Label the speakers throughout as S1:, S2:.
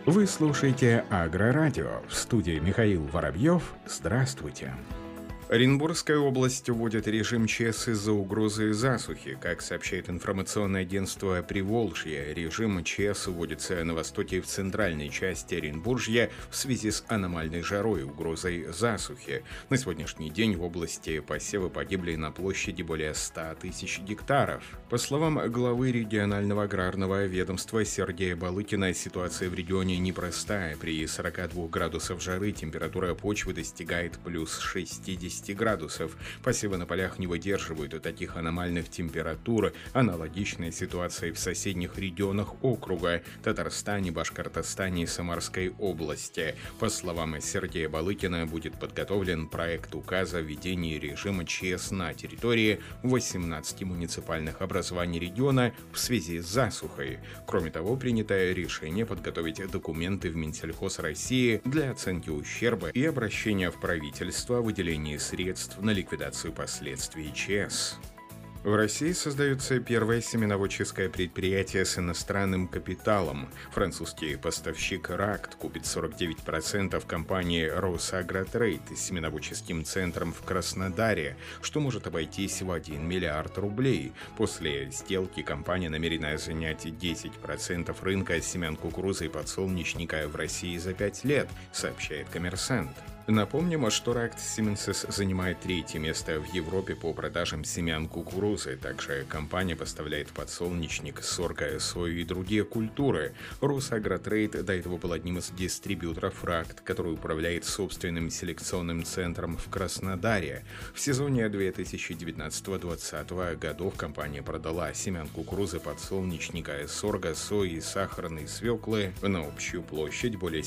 S1: Вы слушаете Агрорадио. В студии Михаил Воробьев. Здравствуйте. Оренбургская область вводит режим ЧС из-за угрозы засухи. Как сообщает информационное агентство «Приволжье», режим ЧС вводится на востоке и в центральной части Оренбуржья в связи с аномальной жарой и угрозой засухи. На сегодняшний день в области посевы погибли на площади более 100 тысяч гектаров. По словам главы регионального аграрного ведомства Сергея Балыкина, ситуация в регионе непростая. При 42 градусах жары температура почвы достигает плюс 60 градусов. Посевы на полях не выдерживают таких аномальных температур. Аналогичная ситуация в соседних регионах округа – Татарстане, Башкортостане и Самарской области. По словам Сергея Балыкина, будет подготовлен проект указа о введении режима ЧС на территории 18 муниципальных образований региона в связи с засухой. Кроме того, принято решение подготовить документы в Минсельхоз России для оценки ущерба и обращения в правительство о выделении средств на ликвидацию последствий ЧС. В России создается первое семеноводческое предприятие с иностранным капиталом. Французский поставщик РАКТ купит 49% компании «Росагротрейд» с семеноводческим центром в Краснодаре, что может обойтись в 1 миллиард рублей. После сделки компания намерена занять 10% рынка семян кукурузы и подсолнечника в России за 5 лет, сообщает «Коммерсант». Напомним, что РАКТ Сименсис занимает 3-е место в Европе по продажам семян кукурузы. Также компания поставляет подсолнечник, сорго, сою и другие культуры. Росагротрейд до этого был одним из дистрибьюторов РАКТ, который управляет собственным селекционным центром в Краснодаре. В сезоне 2019-2020 годов компания продала семян кукурузы, подсолнечника, сорго, сои и сахарной свеклы на общую площадь более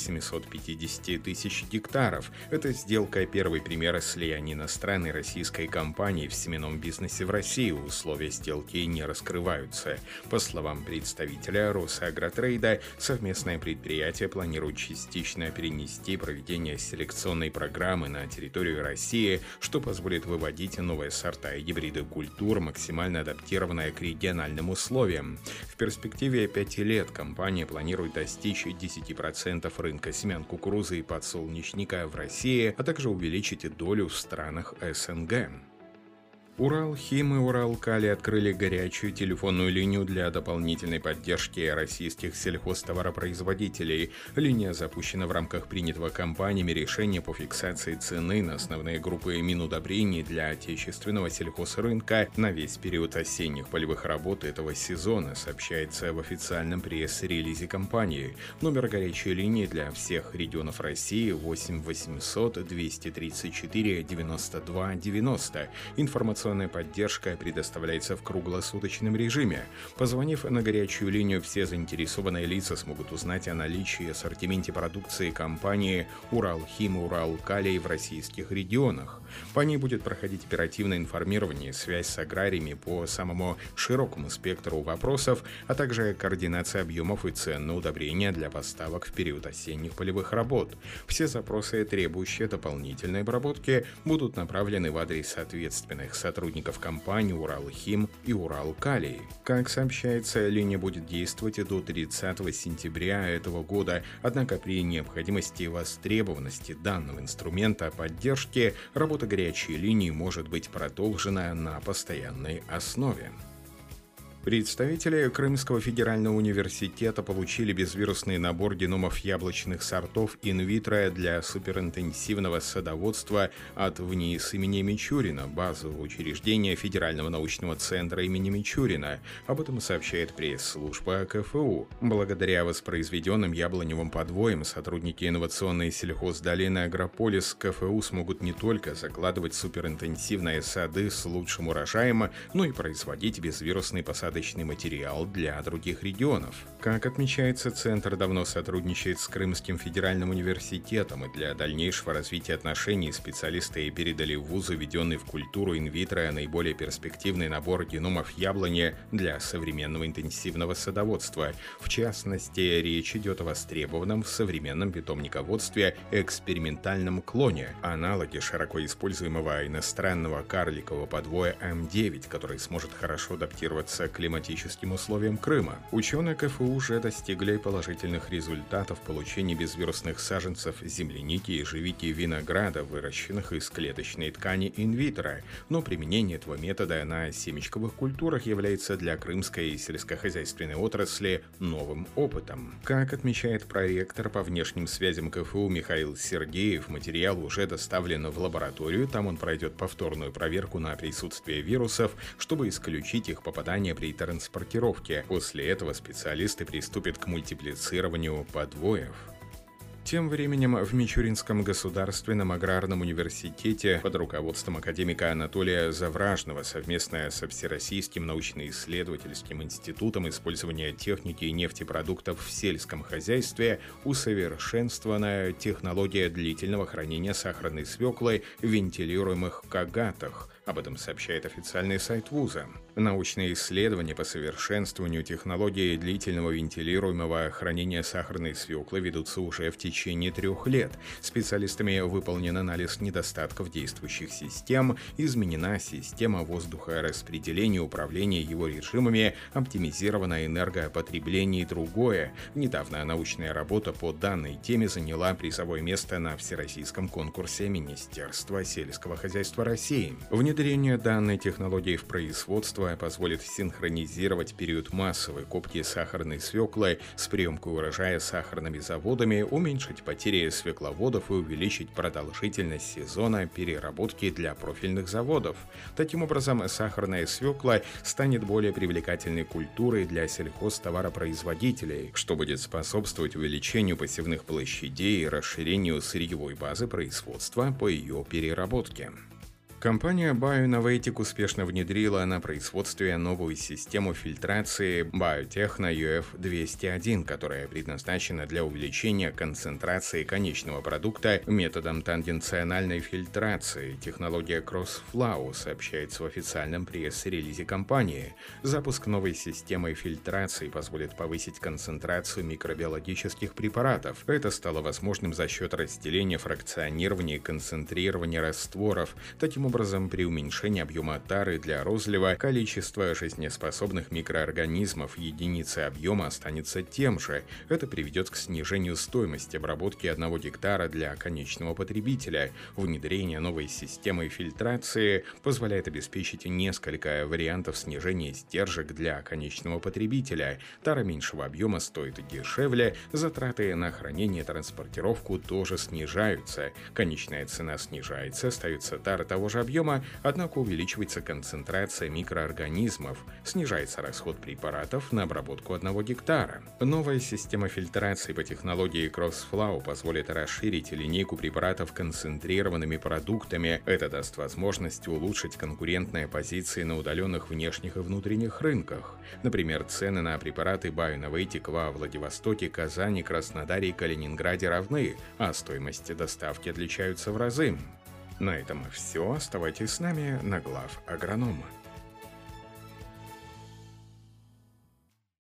S1: 750 тысяч гектаров. Эта сделка – первый пример слияния иностранной и российской компании в семенном бизнесе в России. Условия сделки не раскрываются. По словам представителя Росагротрейда, совместное предприятие планирует частично перенести проведение селекционной программы на территорию России, что позволит выводить новые сорта и гибриды культур, максимально адаптированные к региональным условиям. В перспективе 5 лет компания планирует достичь 10% рынка семян кукурузы и подсолнечника в России, а также увеличить долю в странах СНГ. Уралхим и Уралкали открыли горячую телефонную линию для дополнительной поддержки российских сельхозтоваропроизводителей. Линия запущена в рамках принятого компаниями решения по фиксации цены на основные группы минудобрений для отечественного сельхозрынка на весь период осенних полевых работ этого сезона, сообщается в официальном пресс-релизе компании. Номер горячей линии для всех регионов России 8 800 234 92 90. Информационная поддержка предоставляется в круглосуточном режиме. Позвонив на горячую линию, все заинтересованные лица смогут узнать о наличии и ассортименте продукции компании «Уралхим» и «Уралкалий» в российских регионах. По ней будет проходить оперативное информирование, связь с аграриями по самому широкому спектру вопросов, а также координация объемов и цен на удобрения для поставок в период осенних полевых работ. Все запросы, требующие дополнительной обработки, будут направлены в адрес ответственных сотрудников компаний «Уралхим» и «Уралкалий». Как сообщается, линия будет действовать до 30 сентября этого года, однако при необходимости и востребованности данного инструмента поддержки работа горячей линии может быть продолжена на постоянной основе. Представители Крымского федерального университета получили безвирусный набор геномов яблочных сортов инвитро для суперинтенсивного садоводства от ВНИИС имени Мичурина, базового учреждения Федерального научного центра имени Мичурина. Об этом сообщает пресс-служба КФУ. Благодаря воспроизведенным яблоневым подвоям сотрудники инновационной сельхоздолины Агрополис КФУ смогут не только закладывать суперинтенсивные сады с лучшим урожаем, но и производить безвирусный посадочный материал для других регионов. Как отмечается, Центр давно сотрудничает с Крымским федеральным университетом, и для дальнейшего развития отношений специалисты передали вузу введенный в культуру инвитро наиболее перспективный набор геномов яблони для современного интенсивного садоводства. В частности, речь идет о востребованном в современном питомниководстве экспериментальном клоне, аналоге широко используемого иностранного карликового подвоя М9, который сможет хорошо адаптироваться к климатическим условиям Крыма. Ученые КФУ уже достигли положительных результатов в получении безвирусных саженцев земляники, ежевики и винограда, выращенных из клеточной ткани инвитро, но применение этого метода на семечковых культурах является для крымской сельскохозяйственной отрасли новым опытом. Как отмечает проректор по внешним связям КФУ Михаил Сергеев, материал уже доставлен в лабораторию, там он пройдет повторную проверку на присутствие вирусов, чтобы исключить их попадание при транспортировке. После этого специалисты приступят к мультиплицированию подвоев. Тем временем в Мичуринском государственном аграрном университете под руководством академика Анатолия Завражного совместно со Всероссийским научно-исследовательским институтом использования техники и нефтепродуктов в сельском хозяйстве усовершенствована технология длительного хранения сахарной свеклы в вентилируемых кагатах. Об этом сообщает официальный сайт вуза. Научные исследования по совершенствованию технологии длительного вентилируемого хранения сахарной свеклы ведутся уже в течение 3 лет. Специалистами выполнен анализ недостатков действующих систем, изменена система воздухораспределения, управления его режимами, оптимизировано энергопотребление и другое. Недавно научная работа по данной теме заняла призовое место на Всероссийском конкурсе Министерства сельского хозяйства России. Внедрение данной технологии в производство позволит синхронизировать период массовой копки сахарной свеклы с приемкой урожая сахарными заводами, уменьшить потери свекловодов и увеличить продолжительность сезона переработки для профильных заводов. Таким образом, сахарная свекла станет более привлекательной культурой для сельхозтоваропроизводителей, что будет способствовать увеличению посевных площадей и расширению сырьевой базы производства по ее переработке. Компания Bioinnovatic успешно внедрила на производстве новую систему фильтрации Biotechno UF201, которая предназначена для увеличения концентрации конечного продукта методом тангенциональной фильтрации. Технология CrossFlow сообщается в официальном пресс-релизе компании. Запуск новой системы фильтрации позволит повысить концентрацию микробиологических препаратов. Это стало возможным за счет разделения, фракционирования и концентрирования растворов. Таким образом, при уменьшении объема тары для розлива количество жизнеспособных микроорганизмов единицы объема останется тем же. Это приведет к снижению стоимости обработки 1 гектара для конечного потребителя. Внедрение новой системы фильтрации позволяет обеспечить несколько вариантов снижения издержек для конечного потребителя. Тара меньшего объема стоит дешевле, затраты на хранение и транспортировку тоже снижаются. Конечная цена снижается, остается тара того же объема, однако увеличивается концентрация микроорганизмов, снижается расход препаратов на обработку 1 гектара. Новая система фильтрации по технологии CrossFlow позволит расширить линейку препаратов концентрированными продуктами. Это даст возможность улучшить конкурентные позиции на удаленных внешних и внутренних рынках. Например, цены на препараты Bioinnovatic во Владивостоке, Казани, Краснодаре и Калининграде равны, а стоимости доставки отличаются в разы. На этом все. Оставайтесь с нами на глав агронома.